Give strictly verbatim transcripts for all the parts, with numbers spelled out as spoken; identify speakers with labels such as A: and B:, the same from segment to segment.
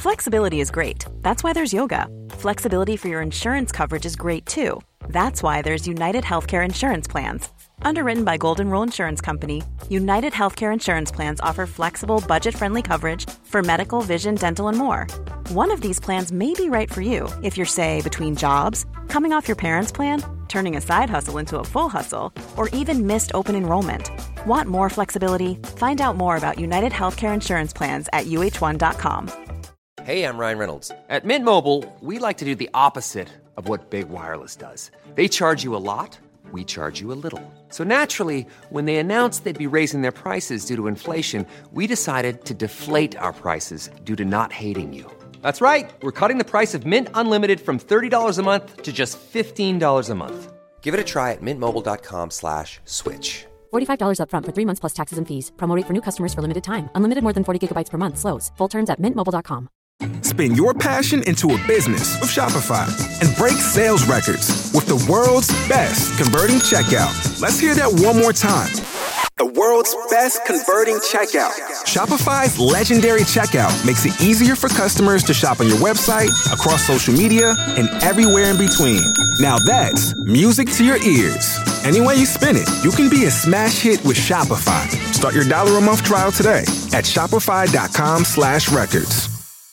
A: Flexibility is great. That's why there's yoga. Flexibility for your insurance coverage is great too. That's why there's United Healthcare Insurance Plans. Underwritten by Golden Rule Insurance Company, United Healthcare Insurance Plans offer flexible, budget-friendly coverage for medical, vision, dental, and more. One of these plans may be right for you if you're, say, between jobs, coming off your parents' plan, turning a side hustle into a full hustle, or even missed open enrollment. Want more flexibility? Find out more about United Healthcare Insurance Plans at U H one dot com.
B: Hey, I'm Ryan Reynolds. At Mint Mobile, we like to do the opposite of what Big Wireless does. They charge you a lot, we charge you a little. So naturally, when they announced they'd be raising their prices due to inflation, we decided to deflate our prices due to not hating you. That's right. We're cutting the price of Mint Unlimited from thirty dollars a month to just fifteen dollars a month. Give it a try at mintmobile.com slash switch.
C: forty-five dollars up front for three months plus taxes and fees. Promo rate for new customers for limited time. Unlimited more than forty gigabytes per month. Slows full terms at mint mobile dot com.
D: Spin your passion into a business with Shopify and break sales records with the world's best converting checkout. Let's hear that one more time. The world's best converting checkout. Shopify's legendary checkout makes it easier for customers to shop on your website, across social media, and everywhere in between. Now that's music to your ears. Any way you spin it, you can be a smash hit with Shopify. Start your dollar a month trial today at shopify.com slash records.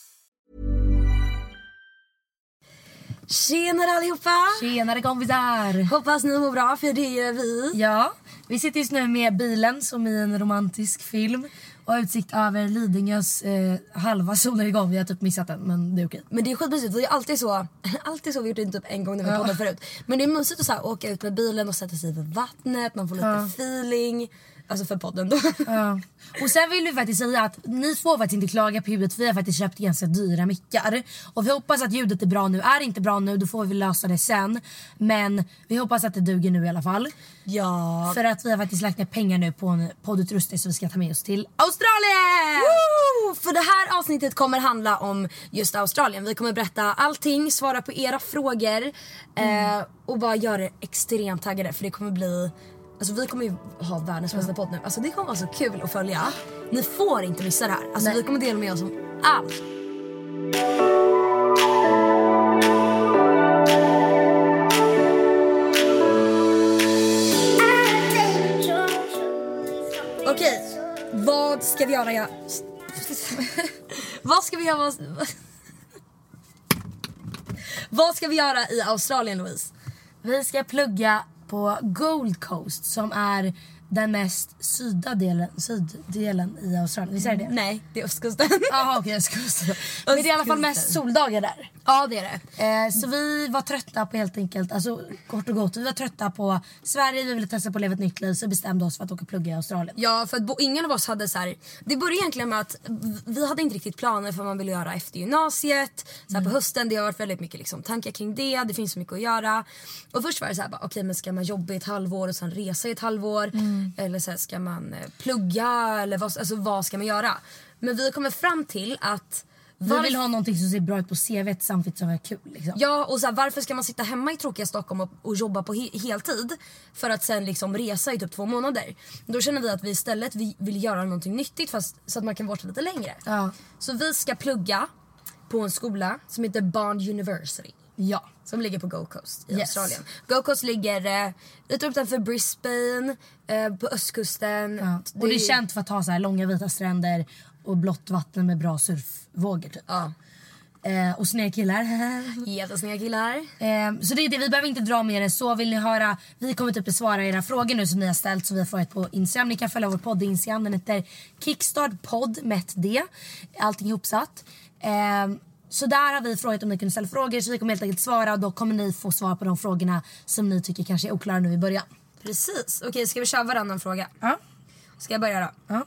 E: Tjenare allihopa!
F: Tjenare kompisar!
E: Hoppas ni mår bra, för det gör vi.
F: Ja, vi sitter just nu med bilen som i en romantisk film och har utsikt över Lidingös eh, halva solnedgång. Vi har typ missat den, men det är okej.
E: Men det är skitmysigt, vi är alltid så, alltid så vi gjort det typ en gång när vi poddade förut. Men det är mysigt att så här, åka ut med bilen och sätta sig vid vattnet, man får lite ja. feeling. Alltså för podden då.
F: Ja. Och sen vill vi faktiskt säga att ni får faktiskt inte klaga på ljudet. Vi har faktiskt köpt ganska dyra mickar. Och vi hoppas att ljudet är bra nu. Är det inte bra nu, då får vi lösa det sen. Men vi hoppas att det duger nu i alla fall.
E: Ja.
F: För att vi har faktiskt lagt ner pengar nu på en poddutrustning som vi ska ta med oss till Australien!
E: Woo! För det här avsnittet kommer handla om just Australien. Vi kommer berätta allting, svara på era frågor. Mm. Eh, och bara göra det extremt taggade. För det kommer bli... Alltså vi kommer ju ha världens bästa podd nu. Alltså det kommer vara så kul att följa. Ni får inte missa det här. Alltså Nej. Vi kommer dela med oss om allt. Okej, vad ska vi göra? Jag... vad ska vi göra? Vad ska vi göra i Australien, Louise?
F: Vi ska plugga på Gold Coast, som är den mest syda delen, syddelen i Australien. Visst är det?
E: Nej, det är östkusten.
F: Jaha, okej, östkusten. Men det är i alla fall mest soldagar där.
E: Ja, det är det.
F: Eh, så vi var trötta på helt enkelt, alltså kort och gott, vi var trötta på Sverige, vi ville testa på att leva ett nytt liv, så bestämde oss för att åka plugga i Australien.
E: Ja, för att bo, ingen av oss hade så här, det började egentligen med att vi hade inte riktigt planer för vad man ville göra efter gymnasiet. Så här, mm. på hösten, det har varit väldigt mycket liksom, tankar kring det, det finns så mycket att göra. Och först var det så här, okej, okay, men ska man jobba i ett halvår och sen resa i ett halvår? Mm. Eller så här, ska man plugga, eller vad, alltså, vad ska man göra? Men vi kommer fram till att
F: vi vill ha någonting som ser bra ut på C V:t samtidigt som är kul liksom.
E: Ja, och så här, varför ska man sitta hemma i tråkiga Stockholm och, och jobba på he- heltid för att sen liksom resa i typ två månader? Då känner vi att vi istället vi vill göra någonting nyttigt, fast så att man kan vara lite längre.
F: Ja.
E: Så vi ska plugga på en skola som heter Bond University.
F: Ja,
E: som ligger på Gold Coast i
F: yes.
E: Australien. Gold Coast ligger eh, lite utanför Brisbane, eh, på östkusten.
F: Ja. Och det är känt för att ha så här långa vita stränder och blått vatten med bra surfvågor typ.
E: Ja.
F: Eh, och snygga killar.
E: Jättesnygga killar.
F: Eh, så det är det, vi behöver inte dra mer än så. Vill ni höra, vi kommer typ besvara era frågor nu som ni har ställt, som vi har fått på Instagram. Ni kan följa vår podd Instagram, den heter Kickstartpodd med det. Allting ihopsatt. Eh, Så där har vi frågat om ni kunde ställa frågor, så vi kommer helt enkelt svara, och då kommer ni få svar på de frågorna som ni tycker kanske är oklara nu i början.
E: Precis. Okej, ska vi köra varannan fråga?
F: Ja.
E: Ska jag börja då?
F: Ja.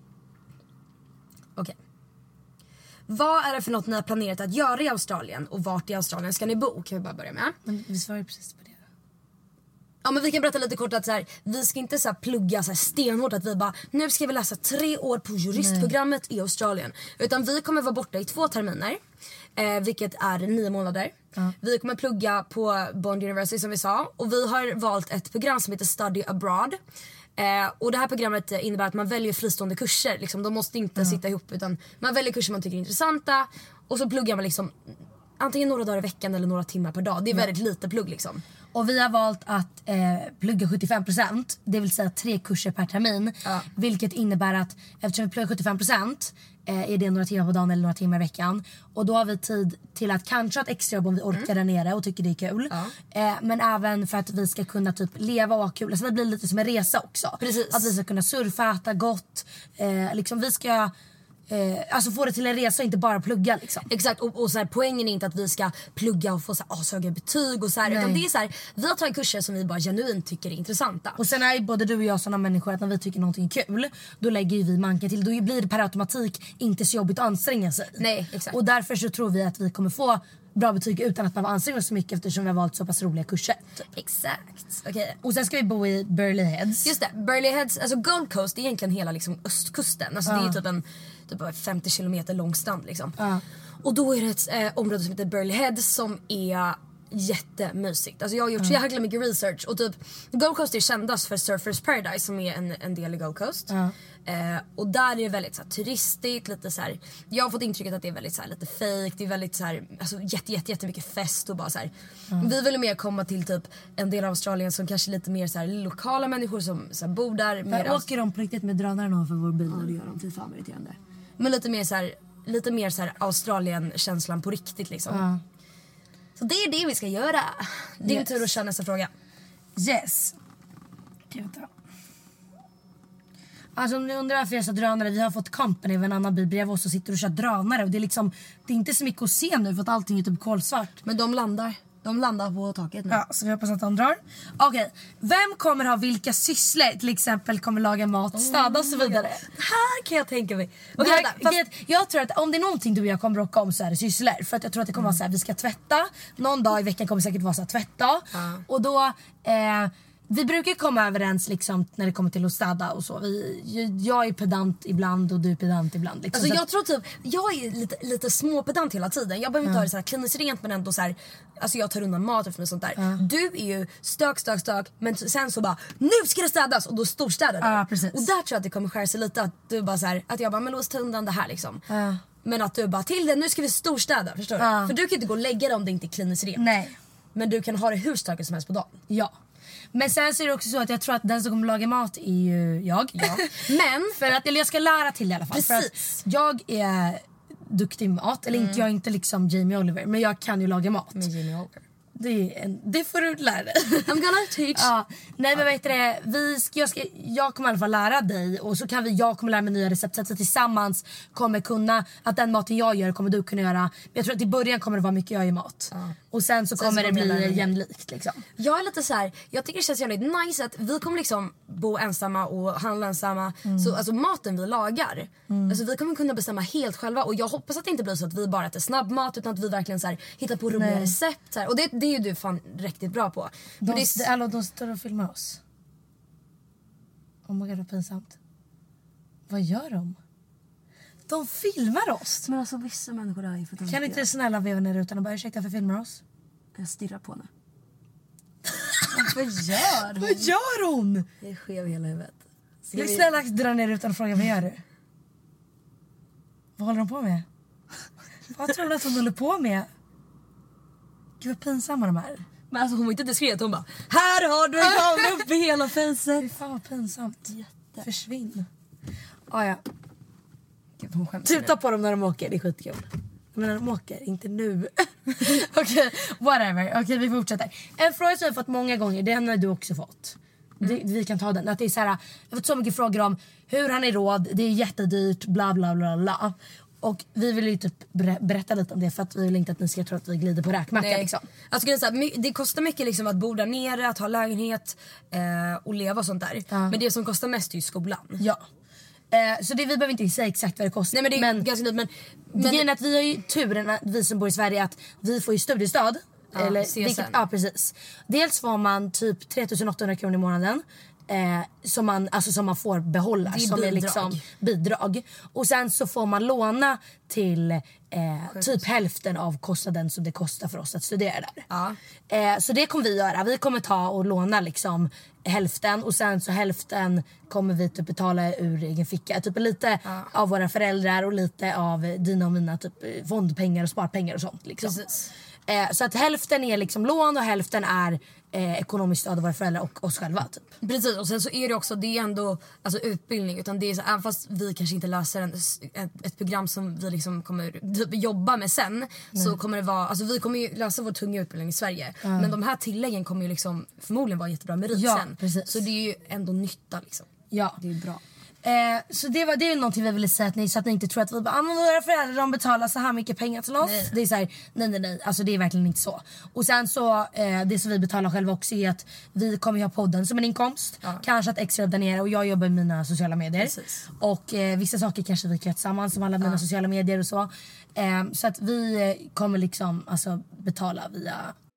E: Okej. Vad är det för något ni har planerat att göra i Australien, och vart i Australien ska ni bo? Kan vi bara börja med?
F: Men vi svarar precis på det.
E: Ja, men vi kan berätta lite kort att så här, vi ska inte så här plugga så här stenhårt att vi bara, nu ska vi läsa tre år på juristprogrammet Nej. i Australien. Utan vi kommer vara borta i två terminer, eh, vilket är nio månader. Ja. Vi kommer plugga på Bond University som vi sa, och vi har valt ett program som heter Study Abroad. Eh, och det här programmet innebär att man väljer fristående kurser liksom, de måste inte mm. sitta ihop, utan man väljer kurser man tycker är intressanta, Och så pluggar man liksom antingen några dagar i veckan eller några timmar per dag. Det är väldigt lite plugg liksom.
F: Och vi har valt att eh, plugga sjuttiofem procent, det vill säga tre kurser per termin.
E: Ja.
F: Vilket innebär att eftersom vi pluggar sjuttiofem procent eh, är det några timmar på dagen eller några timmar i veckan. Och då har vi tid till att kanske ha ett extrajobb om vi orkar mm. där nere och tycker det är kul.
E: Ja.
F: Eh, men även för att vi ska kunna typ leva och ha kul. Så det blir lite som en resa också.
E: Precis.
F: Att vi ska kunna surfa, äta gott. Eh, liksom vi ska... Eh, alltså få det till en resa och inte bara plugga liksom.
E: Exakt, och, och så här, poängen är inte att vi ska plugga och få så här, ashöga betyg och så här, utan det är så här, vi har tagit kurser som vi bara genuint tycker är intressanta.
F: Och sen är både du och jag såna människor att när vi tycker någonting är kul, då lägger ju vi manken till. Då blir det per automatik inte så jobbigt att anstränga sig.
E: Nej, exakt.
F: Och därför så tror vi att vi kommer få bra betyg utan att behöva anstränga oss så mycket eftersom vi har valt så pass roliga kurser.
E: Typ. Exakt. Okay.
F: Och sen ska vi bo i Burleigh Heads.
E: Just det, Burleigh Heads, alltså Gold Coast är egentligen hela liksom östkusten. Alltså
F: Ja.
E: det är typ en typ femtio kilometer lång strand liksom.
F: Ja.
E: Och då är det ett eh, område som heter Burleigh Heads som är jättemysigt. Alltså jag har gjort så jäkla mycket research och typ Gold Coast är kändast för Surfers Paradise som är en, en del i Gold Coast.
F: Ja.
E: Eh, och där är det väldigt så här, turistigt, lite så här, jag har fått intrycket att det är väldigt så här, lite fake, det är väldigt så här, alltså jätte, jätte, jättemycket fest och bara så här. Mm. Vi vill mer komma till typ en del av Australien som kanske lite mer så här, lokala människor som så här, bor där.
F: Mer åker de på riktigt med drönaren ovanför vår bil och det gör de, fy fan vad irriterande.
E: Men lite mer så här, lite mer så här Australien-känslan på riktigt liksom.
F: Ja.
E: Så det är det vi ska göra. Din
F: Yes.
E: tur att köra nästa fråga.
F: Yes. Okej, vänta. Alltså om ni undrar varför jag sa drönare, vi har fått company av en annan bil bredvid oss och sitter och kör drönare. Och det är liksom, det är inte så mycket att se nu för att allting är typ kolsvart.
E: Men de landar. De landar på taket nu.
F: Ja, så vi hoppas att de drar. Okej, vem kommer ha vilka sysslor? Till exempel kommer laga mat, städa och så vidare.
E: Det här kan jag tänka mig.
F: Okay,
E: Okej, vänta, fast...
F: jag, jag tror att om det är någonting du och jag kommer bråka om så är det sysslor. För att jag tror att det kommer vara så här, vi ska tvätta. Någon dag i veckan kommer det säkert vara så här, tvätta.
E: Ja.
F: Och då... Eh, vi brukar komma överens liksom, när det kommer till att städa och så. Vi, jag är pedant ibland och du är pedant ibland. Liksom,
E: Alltså
F: så
E: jag
F: att,
E: tror typ, jag är lite, lite småpedant hela tiden. Jag behöver inte
F: Ja.
E: ha det så här kliniskt rent men ändå så här, alltså jag tar undan mat och sånt där.
F: Ja.
E: Du är ju stök, stök, stök men sen så bara, nu ska det städas och då storstädar du.
F: Ja, precis.
E: Och där tror jag att det kommer skära sig lite att du bara så här, att jag bara, men låt oss ta undan det här liksom.
F: Ja.
E: Men att du bara, till det, nu ska vi storstäda, förstår
F: Ja.
E: du? För du kan ju inte gå och lägga det om det inte är kliniskt rent.
F: Nej.
E: Men du kan ha det hur stökigt som helst på dagen.
F: Ja. Men sen så är det också så att jag tror att den som kommer laga mat är ju jag.
E: Ja. Men
F: för att, eller jag ska lära till det i alla fall. För
E: Precis.
F: att jag är duktig i mat. Eller inte, jag är inte liksom Jamie Oliver. Men jag kan ju laga mat.
E: med Jamie Oliver.
F: Det, är en, det får du lära dig.
E: I'm gonna teach.
F: Ja, nej men vet du det, vi ska, jag, ska, jag kommer i alla fall lära dig. Och så kan vi, jag kommer lära mig nya recept. Så att vi tillsammans kommer kunna, att den maten jag gör kommer du kunna göra. Men jag tror att i början kommer det vara mycket jag gör mat.
E: Ja.
F: Och sen så
E: Sen
F: kommer
E: så
F: det
E: kommer jag lära
F: bli
E: mig.
F: jämlikt liksom.
E: Jag är lite så här, jag tycker det känns jävligt nice att vi kommer liksom bo ensamma och handla ensamma.
F: Mm.
E: Så alltså maten vi lagar, alltså vi kommer kunna bestämma helt själva. Och jag hoppas att det inte blir så att vi bara äter snabbmat utan att vi verkligen så här, hittar på roliga
F: Nej.
E: recept. Så här. Och det, det är ju du fan riktigt bra på.
F: De,
E: Men det är,
F: det, alla, de står och filmar oss. Oh my god, vad pinsamt. Vad gör de? De filmar oss.
E: men alltså vissa människor är ju för
F: Kan inte du snälla veva ner rutan och bara ursäkta för filmar oss?
E: Jag stirrar på henne. Vad gör hon?
F: Vad gör hon?
E: Det är skev i hela huvudet. Ska
F: Men
E: vi-
F: snälla dra ner rutan och fråga vad gör du? Vad håller de på med? Vad tror du att hon håller på med? Gud vad pinsamma de är.
E: Men alltså hon var inte diskret, hon bara, här har du en kamera upp i hela
F: Fy
E: fejset.
F: fan vad pinsamt.
E: Jätte.
F: Försvinn. Ah, ja.
E: Gud, hon skäms.
F: Tuta på dem när de åker, det är skitkul. Men när de åker, inte nu. Okej, whatever. Okej, vi fortsätter. En fråga som jag har fått många gånger, den har du också fått. Det, vi kan ta den. Att det är så här, jag har fått så mycket frågor om hur har ni råd, det är jättedyrt, bla bla bla bla. Och vi vill ju typ ber- berätta lite om det för att vi vill inte att ni ska tro att vi glider på räkmacka
E: Nej.
F: liksom.
E: Alltså, det, så här, my- det kostar mycket liksom att bo där nere, att ha lägenhet eh, och leva och sånt där.
F: Ja.
E: Men det som kostar mest är ju skolan.
F: Ja. Eh, så det, vi behöver inte säga exakt vad det kostar.
E: Nej men det är
F: men,
E: ganska nytt men,
F: men grejen är att vi har ju turen, att vi som bor i Sverige, att vi får ju studiestöd.
E: Ja,
F: eller,
E: C S N.
F: vilket, ja precis. Dels får man typ tre tusen åttahundra kronor i månaden. Eh, som, man, alltså, som man får behålla.
E: Det är
F: som är
E: bidrag.
F: liksom bidrag. Och sen så får man låna till eh, eh, typ hälften av kostnaden som det kostar för oss att studera där.
E: Ja.
F: Eh, så det kommer vi göra. Vi kommer ta och låna liksom hälften och sen så hälften kommer vi typ betala ur egen ficka. Typ lite ja. av våra föräldrar och lite av dina och mina typ fondpengar och sparpengar och sånt liksom.
E: Precis.
F: Eh, så att hälften är liksom lån och hälften är eh, ekonomiskt stöd av våra föräldrar och oss själva typ.
E: Precis, och sen så är det också, det är ändå alltså, utbildning, utan det är så, även fast vi kanske inte läser en, ett, ett program som vi liksom kommer typ, jobba med sen. Nej. Så kommer det vara, alltså vi kommer ju läsa vår tunga utbildning i Sverige, mm. men de här tilläggen kommer ju liksom förmodligen vara jättebra merit
F: ja,
E: sen.
F: Precis.
E: Så det är ju ändå nytta liksom.
F: Ja,
E: det är bra.
F: Eh, så det var det är någonting vi ville säga till ni, så att ni inte tror att vi bara, ah, men våra föräldrar de betalar så här mycket pengar till oss. Nej. Det är så här, nej nej nej, alltså det är verkligen inte så. Och sen så eh, det som vi betalar själva också är att vi kommer ha podden som en inkomst, ja. kanske att extra där nere, och jag jobbar med mina sociala medier. Precis. Och eh, vissa saker kanske vi kan göra tillsammans som alla mina ja. sociala medier och så. Eh, så att vi kommer liksom alltså betala via.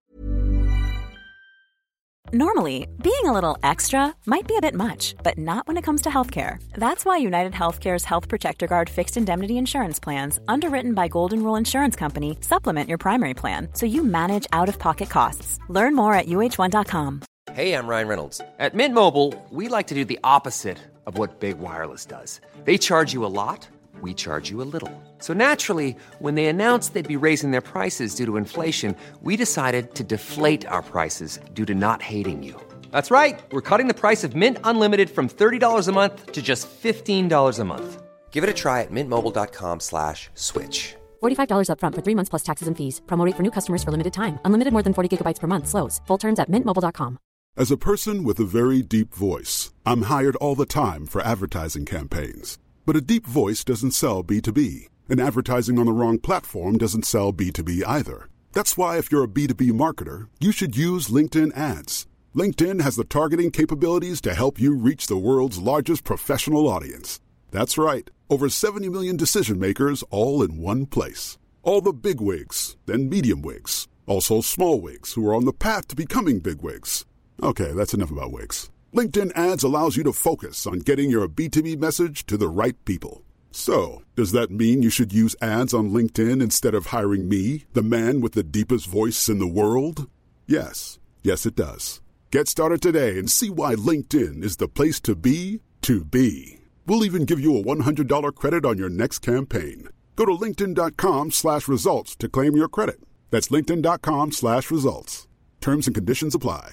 A: Normally, being a little extra might be a bit much, but not when it comes to healthcare. That's why United Healthcare's Health Protector Guard fixed indemnity insurance plans, underwritten by Golden Rule Insurance Company, supplement your primary plan so you manage out-of-pocket costs. Learn more at U H one dot com.
B: Hey, I'm Ryan Reynolds. At Mint Mobile, we like to do the opposite of what Big Wireless does. They charge you a lot, we charge you a little. So naturally, when they announced they'd be raising their prices due to inflation, we decided to deflate our prices due to not hating you. That's right. We're cutting the price of Mint Unlimited from thirty dollars a month to just fifteen dollars a month. Give it a try at mintmobile.com slash switch.
C: forty-five dollars up front for three months plus taxes and fees. Promo rate for new customers for limited time. Unlimited more than forty gigabytes per month. Slows full terms at mint mobile dot com.
G: As a person with a very deep voice, I'm hired all the time for advertising campaigns. But a deep voice doesn't sell B two B. And advertising on the wrong platform doesn't sell B two B either. That's why if you're a B two B marketer, you should use LinkedIn ads. LinkedIn has the targeting capabilities to help you reach the world's largest professional audience. That's right. Over seventy million decision makers all in one place. All the big wigs and medium wigs. Also small wigs who are on the path to becoming big wigs. Okay, that's enough about wigs. LinkedIn ads allows you to focus on getting your B two B message to the right people. So, does that mean you should use ads on LinkedIn instead of hiring me, the man with the deepest voice in the world? Yes. Yes, it does. Get started today and see why LinkedIn is the place to be to be. We'll even give you a one hundred dollars credit on your next campaign. Go to linkedin.com slash results to claim your credit. That's linkedin.com slash results. Terms and conditions apply.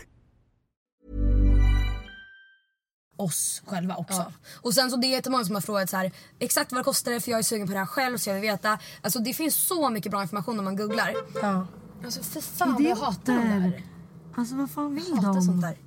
F: Oss själva också.
E: Ja. Och sen så det är jättemånga som har frågat så här, exakt vad det kostar, för jag är sugen på det här själv så jag vill veta. Alltså det finns så mycket bra information när man googlar. Ja. Alltså för fan vad jag hatar de där.
F: Alltså vad fan vill
E: jag hatar
F: de?
E: Sånt där.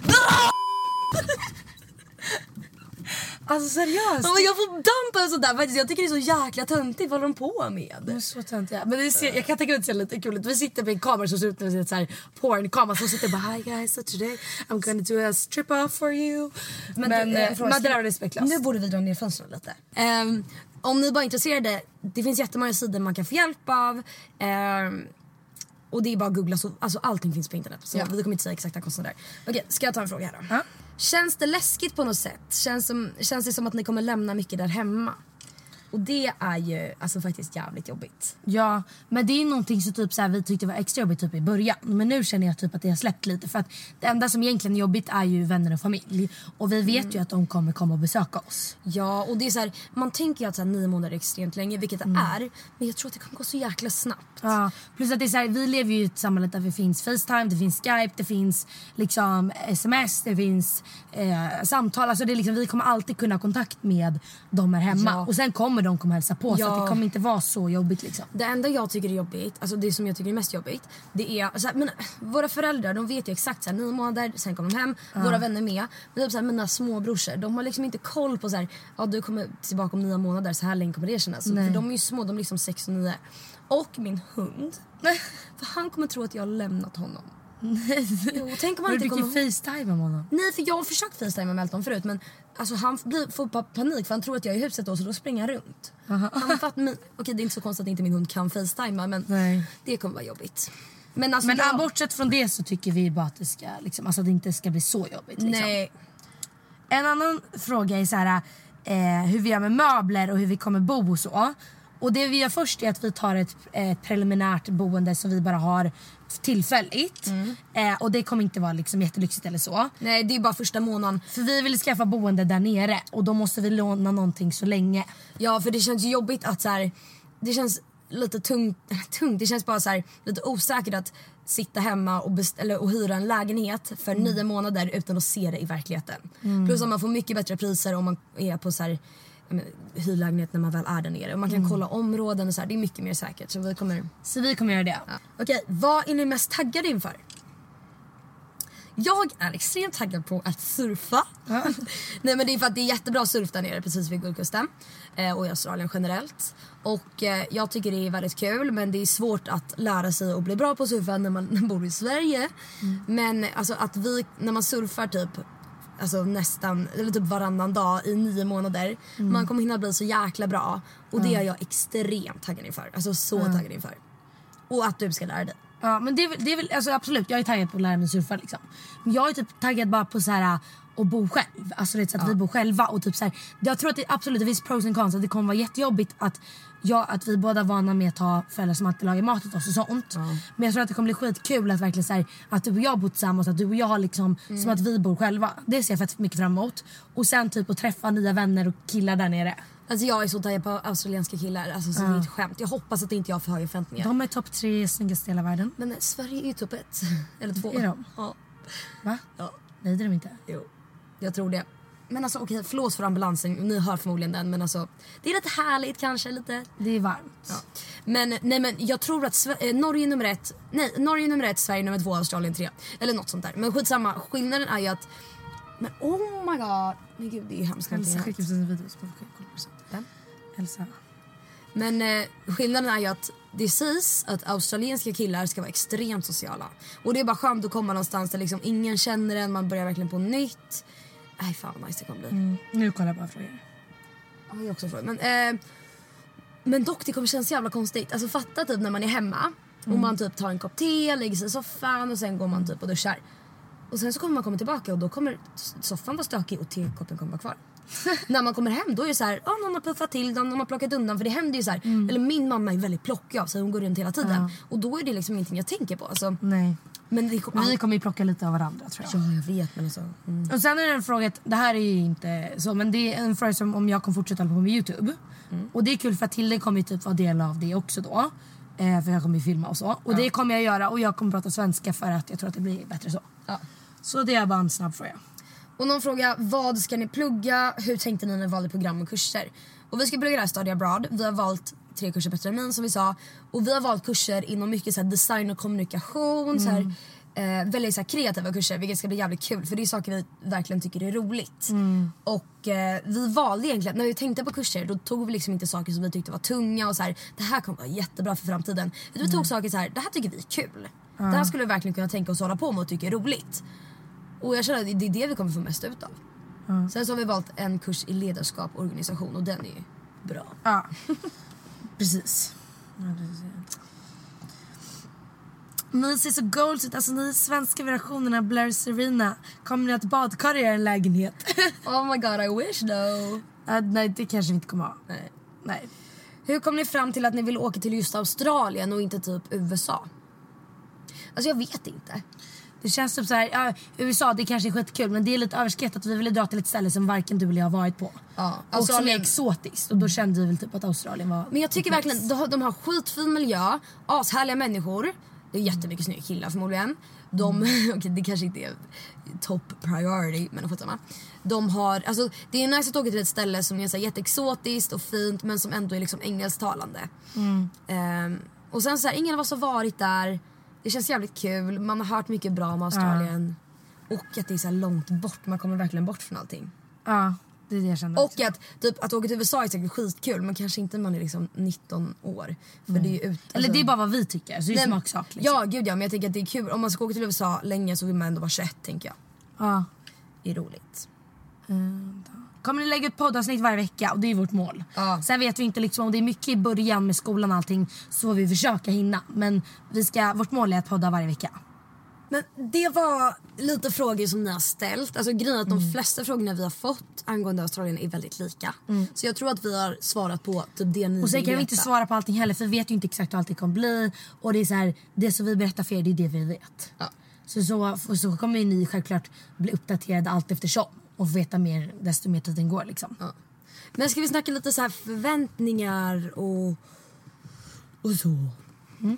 F: Alltså seriöst.
E: Ja, men jag får dampa och sådär faktiskt. Jag tycker det är så jäkla töntigt. Vad håller de på med?
F: Det är så töntigt. Men det ser, jag kan tänka mig att det ser lite kul ut. Vi sitter med en kamera som ser ut som en så här porn-kamera som sitter bara, hi guys, so today I'm gonna do a strip off for you. Men, men äh, Madeleine är respektlös.
E: Nu borde vi dra ner fönstren lite. Um, om ni bara är intresserade, det finns jättemånga sidor man kan få hjälp av. Um, och det är bara att googla, så, alltså allting finns på internet. Så ja. Vi kommer inte säga exakta kostnader. Okej, okay, ska jag ta en fråga här då? Ja. Känns det läskigt på något sätt? Känns, som, känns det som att ni kommer lämna mycket där hemma? Och det är ju alltså faktiskt jävligt jobbigt.
F: Ja, men det är någonting som typ så här, vi tyckte var extra jobbigt typ i början. Men nu känner jag typ att det har släppt lite. För att det enda som egentligen är jobbigt är ju vänner och familj. Och vi vet mm. ju att de kommer komma och besöka oss.
E: Ja, och det är så här, man tänker ju att så här, nio månader är extremt länge, vilket det mm. är. Men jag tror att det kommer gå så jäkla snabbt.
F: Ja, plus att det är så här, vi lever ju i ett samhälle där det finns FaceTime, det finns Skype, det finns liksom sms, det finns eh, samtal. Alltså det är liksom, vi kommer alltid kunna ha kontakt med dem här hemma. Ja. Och sen kommer de komma hälsa på. Ja. Så att det kommer inte vara så jobbigt liksom.
E: Det enda jag tycker är jobbigt, alltså det som jag tycker är mest jobbigt, det är alltså, men våra föräldrar, de vet ju exakt så här, nio månader, sen kommer de hem, ja. Våra vänner med. Men typ så här, mina småbrorsor, de har liksom inte koll på så här, ja du kommer tillbaka om nio månader, så här länge kommer det kännas. För de är ju små, de är liksom sex och nio. Och min hund, för han kommer tro att jag har lämnat honom. Jo, tänk om han
F: inte
E: kommer
F: FaceTime med honom.
E: Nej, för jag har försökt FaceTime med Melton förut, men alltså han blir, får panik för han tror att jag är i huset då, så då springer han runt. Uh-huh. Han fatt min, okej, det är inte så konstigt att inte min hund kan FaceTime, men nej. Det kommer vara jobbigt. Men, alltså,
F: men
E: jag...
F: bortsett från det så tycker vi bara att det ska liksom, alltså att det inte ska bli så jobbigt liksom.
E: Nej.
F: En annan fråga är så här, eh, hur vi gör med möbler och hur vi kommer bo och så. Och det vi gör först är att vi tar ett, ett preliminärt boende som vi bara har tillfälligt. Mm. Eh, och det kommer inte vara liksom jättelyxigt eller så.
E: Nej, det är bara första månaden.
F: För vi vill skaffa boende där nere. Och då måste vi låna någonting så länge.
E: Ja, för det känns jobbigt att så här, det känns lite tungt, tungt. Det känns bara så här, lite osäkert att sitta hemma och, best- eller, och hyra en lägenhet för mm. nio månader utan att se det i verkligheten. Mm. Plus att man får mycket bättre priser om man är på så här, hyrlägenhet när man väl är där nere. Och man kan mm. kolla områden och så här. Det är mycket mer säkert. Så vi kommer,
F: så vi kommer göra det.
E: Ja. Okej, vad är ni mest taggade inför? Jag är extremt taggad på att surfa. Ja. Nej, men det är för att det är jättebra surf där nere precis vid Guldkusten. Eh, och i Australien generellt. Och eh, jag tycker det är väldigt kul. Men det är svårt att lära sig och bli bra på surfa när man bor i Sverige. Mm. Men alltså att vi, när man surfar typ alltså nästan, eller typ varannan dag i nio månader. Mm. Man kommer hinna bli så jäkla bra. Och det mm. är jag extremt taggad inför. Alltså så mm. taggad inför. Och att du ska lära dig.
F: Ja, men det är, det är väl, alltså absolut, jag är taggad på att lära mig surfa liksom. Men jag är typ taggad bara på så här att bo själv. Alltså det är så att ja. vi bor själva och typ så här, jag tror att det absolut det finns pros and cons. Att det kommer vara jättejobbigt att, jag, att vi båda är vana med att ha föräldrar som alltid lagar mat åt oss och sånt. Ja. Men jag tror att det kommer bli skitkul att verkligen så här, att du och jag bor tillsammans, att du och jag har liksom mm. som att vi bor själva. Det ser jag fett mycket fram emot. Och sen typ att träffa nya vänner och killar där nere.
E: Alltså jag är så taggad på australienska killar. Alltså så ja. det är ett skämt. Jag hoppas att inte jag får höja förväntningar.
F: De är topp tre snyggaste i hela världen.
E: Men Sverige är ju topp ett. Eller två.
F: Är de?
E: Ja.
F: Va?
E: Ja.
F: Nej, det är de inte.
E: Jo, jag tror det. Men alltså okej, förlåt för ambulansen. Ni hör förmodligen den. Men alltså, det är lite härligt kanske lite.
F: Det är varmt.
E: Ja. Men nej, men jag tror att Sver- eh, Norge nummer ett. Nej, Norge nummer ett, Sverige nummer två, Australien tre. Eller något sånt där. Men skitsamma, skillnaden är ju att men oh my god. Men gud, det är ju hemskt.
F: Elsa skickar precis en video på
E: den.
F: Elsa.
E: Men eh, skillnaden är ju att det sägs att australienska killar ska vara extremt sociala. Och det är bara skönt att komma någonstans där liksom ingen känner en. Man börjar verkligen på nytt. Nej, fan vad nice det kommer bli.
F: Mm. Nu kollar jag bara frågor.
E: Ja, jag också frågor. Men, eh, men dock, det kommer kännas så jävla konstigt. Alltså fatta typ när man är hemma. Mm. Och man typ tar en kopp te, lägger sig i soffan och sen går man typ och duschar. Och sen så kommer man komma tillbaka och då kommer soffan vara stökig och tekoppen kommer vara kvar. När man kommer hem då är det så här, oh, någon har puffat till dem, någon har plockat undan. För det händer ju så här, mm. eller min mamma är väldigt plockig av sig, hon går runt hela tiden. Ja. Och då är det liksom ingenting jag tänker på alltså.
F: Nej.
E: Men det kom,
F: vi kommer ju plocka lite av varandra tror jag.
E: Ja, jag vet men alltså. Mm.
F: Och sen är det en fråga, det här är ju inte så, men det är en fråga som om jag kommer fortsätta på med YouTube. Mm. Och det är kul för att Tilde kommer ju typ vara del av det också då. Eh, för jag kommer ju filma och så. Och ja. det kommer jag göra och jag kommer prata svenska för att jag tror att det blir bättre så.
E: Ja.
F: Så det är bara en snabb fråga.
E: Och någon fråga, vad ska ni plugga? Hur tänkte ni när ni valde program och kurser? Och vi ska plugga det här Study Abroad. Vi har valt tre kurser per termin som vi sa. Och vi har valt kurser inom mycket så här, design och kommunikation. Mm. Så här, eh, väldigt så här, kreativa kurser, vilket ska bli jävligt kul. För det är saker vi verkligen tycker är roligt. Mm. Och eh, vi valde egentligen, när vi tänkte på kurser, då tog vi liksom inte saker som vi tyckte var tunga. Och så här, det här kommer vara jättebra för framtiden. Vi tog mm. saker så här, det här tycker vi är kul. Mm. Det här skulle vi verkligen kunna tänka oss hålla på med och tycka är roligt. Och jag känner att det är det vi kommer få mest ut av. Mm. Sen så har vi valt en kurs i ledarskap och organisation. Och den är ju bra.
F: Ja, precis. Ni ser så goals ut. Alltså ni svenska versionerna Blair Serena. Kommer ni att badkar i er lägenhet?
E: Oh my god, I wish though.
F: uh, Nej, det kanske vi inte kommer ha.
E: Nej.
F: Nej.
E: Hur kom ni fram till att ni vill åka till just Australien och inte typ U S A? Alltså jag vet inte.
F: Det känns typ så här, ja, U S A det kanske är skitkul, men det är lite överskattat. Vi ville dra till ett ställe som varken du eller jag har varit på.
E: Ja,
F: och som är exotiskt. Och då kände vi väl typ att Australien var.
E: Men jag tycker verkligen, de har, de har skitfin miljö, ashärliga människor. Det är jättemycket snygga killar förmodligen. De, mm. okay, det kanske inte är top priority, men skitsamma. De har, alltså det är nice att åka till ett ställe som är så här jätteexotiskt och fint, men som ändå är liksom engelsktalande.
F: Mm.
E: Um, och sen så här, ingen av oss har varit där. Det känns jävligt kul. Man har hört mycket bra om Australien. Ja. Och att det är så här långt bort. Man kommer verkligen bort från allting.
F: Ja, det är det jag känner.
E: Och att, typ, att åka till U S A är säkert skitkul. Men kanske inte man är liksom nitton år. För mm. det är ju ut, alltså...
F: Eller det är bara vad vi tycker. Så det är smaksak liksom.
E: Ja, gud ja. Men jag tänker att det är kul. Om man ska åka till U S A länge så vill man ändå vara tjugoett, tänker jag.
F: Ja.
E: Det är roligt.
F: Mm. Kommer ni lägga ut poddavsnitt varje vecka? Och det är vårt mål.
E: Ja.
F: Sen vet vi inte liksom, om det är mycket i början med skolan och allting, så får vi försöka hinna. Men vi ska, vårt mål är att podda varje vecka.
E: Men det var lite frågor som ni har ställt. Alltså grejen är att de flesta frågorna vi har fått angående Australien är väldigt lika. Mm. Så jag tror att vi har svarat på typ det ni.
F: Och sen kan
E: veta.
F: vi inte svara på allting heller, för vi vet ju inte exakt hur allting kommer bli. Och det är så här, det som vi berättar för er, det är det vi vet. Ja. Så, så, så kommer ju ni självklart bli uppdaterade allt eftersom. Och få veta mer desto mer tiden går liksom. Ja.
E: Men ska vi snacka lite så här förväntningar och, och så.
F: Mm.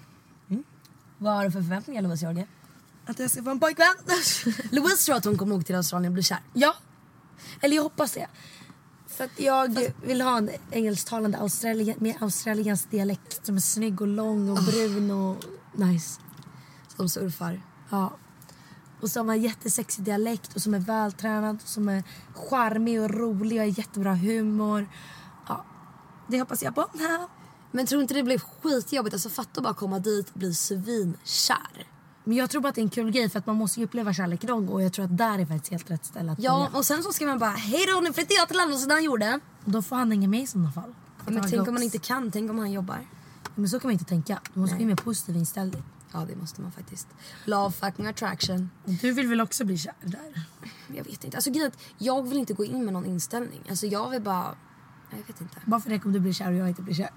E: Mm. Vad har du för förväntningar, Louise Jorge?
F: Att jag ska få en pojkvän.
E: Louise tror att hon kommer åka till Australien och bli kär.
F: Ja. Eller jag hoppas det. För att jag Fast... vill ha en engelsktalande australien, med australiensk dialekt som är snygg och lång och brun och nice.
E: Som surfar.
F: Ja. Och som har jättesexig dialekt och som är vältränad, som är charmig och rolig och har jättebra humor. Ja, det hoppas jag på.
E: Men tror inte det blir skitjobbigt? Alltså fatta bara komma dit och bli svinkär.
F: Men jag tror bara att det är en kul grej, för att man måste ju uppleva kärlek någon gång. Och jag tror att där är faktiskt helt rätt ställe att
E: Ja,
F: börja.
E: Och sen så ska man bara, hej då, nu flyttar jag till landet som han gjorde.
F: Och då får han hänga med i sådana fall.
E: Ja, men tänk om man inte kan, tänk om han jobbar.
F: Ja, men så kan man inte tänka. Du måste bli mer positiv inställning.
E: Ja, det måste man faktiskt. Love fucking attraction.
F: Och du vill väl också bli kär där?
E: Jag vet inte. Alltså grejen, jag vill inte gå in med någon inställning. Alltså jag vill bara... Jag vet inte.
F: Varför det kommer du bli kär och jag inte blir kär?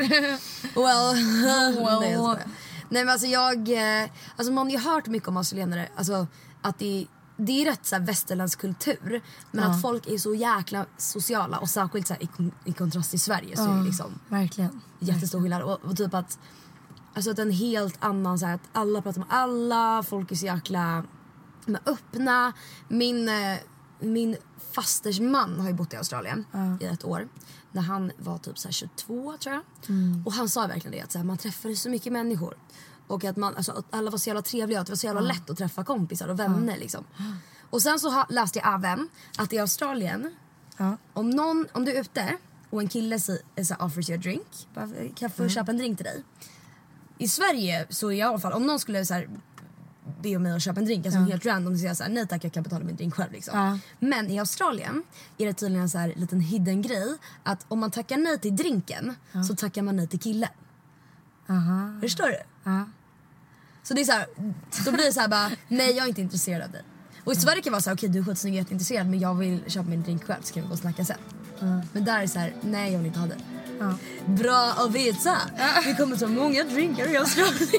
E: well, well. Nej, jag Nej men alltså jag... Alltså man har ju hört mycket om australienare. Alltså att det, det är rätt så här västerländsk kultur. Men
F: ja.
E: att folk är så jäkla sociala. Och särskilt så här, i, i kontrast till Sverige. Så
F: ja,
E: är det liksom...
F: Verkligen.
E: Jättestor skillnad. Och, och typ att... Alltså att en helt annan så här, att alla pratar med alla. Folk är så jäkla med öppna. Min, min fasters man har ju bott i Australien mm. i ett år. När han var typ så här tjugotvå tror jag. Mm. Och han sa verkligen det. Att så här, man träffade så mycket människor. Och att, man, alltså, att alla var så jävla trevliga. Att det var så jävla mm. lätt att träffa kompisar och vänner mm. liksom. Och sen så ha, läste jag även att i Australien. Mm. Om, någon, om du är ute och en kille så, så offers you a drink. Bara, kan jag få mm. köpa en drink till dig? I Sverige så i alla fall, om någon skulle så här, be om mig att köpa en drink, alltså ja. helt random, så säger jag så här, nej tack, jag kan betala min drink själv liksom. Ja. Men i Australien är det tydligen så här liten hidden grej att om man tackar nej till drinken ja. så tackar man nej till killen.
F: Aha.
E: Förstår du?
F: Ja.
E: Så det är så här, då blir det så här bara, nej jag är inte intresserad av dig. Och i Sverige kan det vara så här, okej okay, du är skitsnygg, jag är intresserad, men jag vill köpa min drink själv, så kan vi gå och snacka sen. Ja. Men där är det så här, nej jag vill inte ha det. Ja. Bra att veta. Ja. Vi kommer ta många drinkar i Australien.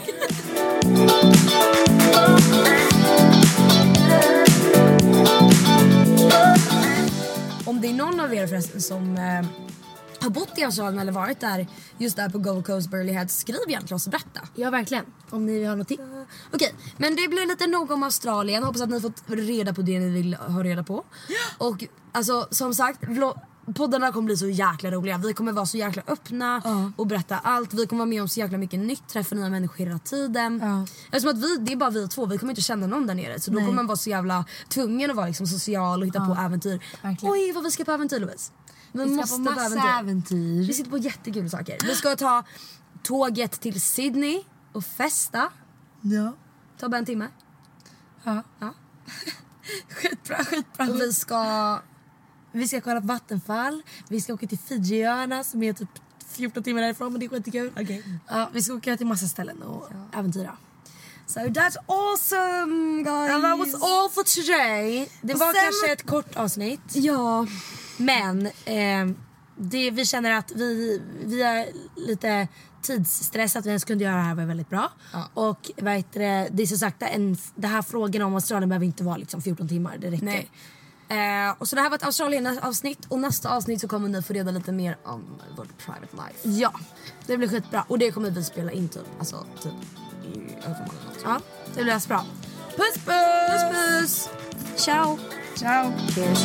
E: Om det är någon av er förresten som eh, har bott i Australien eller varit där just där på Gold Coast, Burleigh Head, skriv gärna till oss och berätta.
F: Ja verkligen, om ni vill ha någonting.
E: uh, Okej, okay. Men det blir lite nog om Australien. Hoppas att ni har fått reda på det ni vill ha reda på. Ja. Och alltså som sagt vlogg poddarna kommer bli så jäkla roliga. Vi kommer vara så jäkla öppna uh. och berätta allt. Vi kommer vara med om så jäkla mycket nytt. Träffa nya människor hela tiden. uh. Eftersom att vi, det är bara vi två. Vi kommer inte känna någon där nere. Så Nej. Då kommer man vara så jävla tvungen att vara liksom social och hitta uh. på äventyr. Verkligen. Oj vad vi ska på äventyr, Louise. Vi, vi måste
F: på massa på äventyr. äventyr
E: Vi sitter på jättekul saker. Vi ska ta tåget till Sydney och festa.
F: Ja.
E: Ta bara en timme.
F: Ja,
E: ja.
F: Skitbra, skitbra.
E: Och vi ska
F: Vi ska kolla på vattenfall. Vi ska åka till Fijiöarna som är typ fjorton timmar därifrån, men det är skitkul.
E: Okay.
F: Ja, vi ska åka till massa ställen och ja. äventyra.
E: So that's awesome guys.
F: And that was all for today. Det och var sen... kanske ett kort avsnitt.
E: Ja.
F: Men eh, det, vi känner att vi, vi är lite tidsstress att vi ens kunde göra det här var väldigt bra. Ja. Och vet det, det är så sagt en, det här frågan om Australien behöver inte vara liksom fjorton timmar, det räcker.
E: Nej. Eh, och så det här var ett Australien-avsnitt. Och nästa avsnitt så kommer ni få reda lite mer om vårt private life.
F: Ja, det blir skitbra.
E: Och det kommer vi spela in typ, alltså typ i övermorgon.
F: Ja, det blir bra.
E: Puss puss! Puss puss! Ciao!
F: Ciao!
E: Cheers!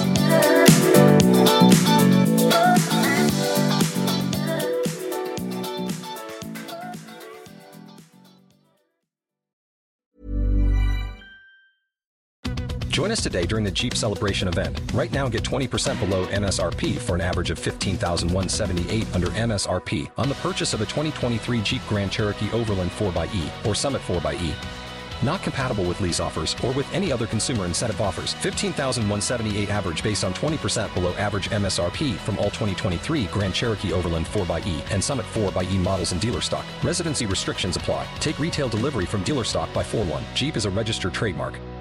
H: Join us today during the Jeep Celebration event. Right now, get twenty percent below M S R P for an average of fifteen thousand one hundred seventy-eight dollars under M S R P on the purchase of a twenty twenty-three Jeep Grand Cherokee Overland four by E or Summit four by E. Not compatible with lease offers or with any other consumer incentive offers. fifteen thousand one hundred seventy-eight average based on twenty percent below average M S R P from all twenty twenty-three Grand Cherokee Overland four by E and Summit four by E models in dealer stock. Residency restrictions apply. Take retail delivery from dealer stock by four one. Jeep is a registered trademark.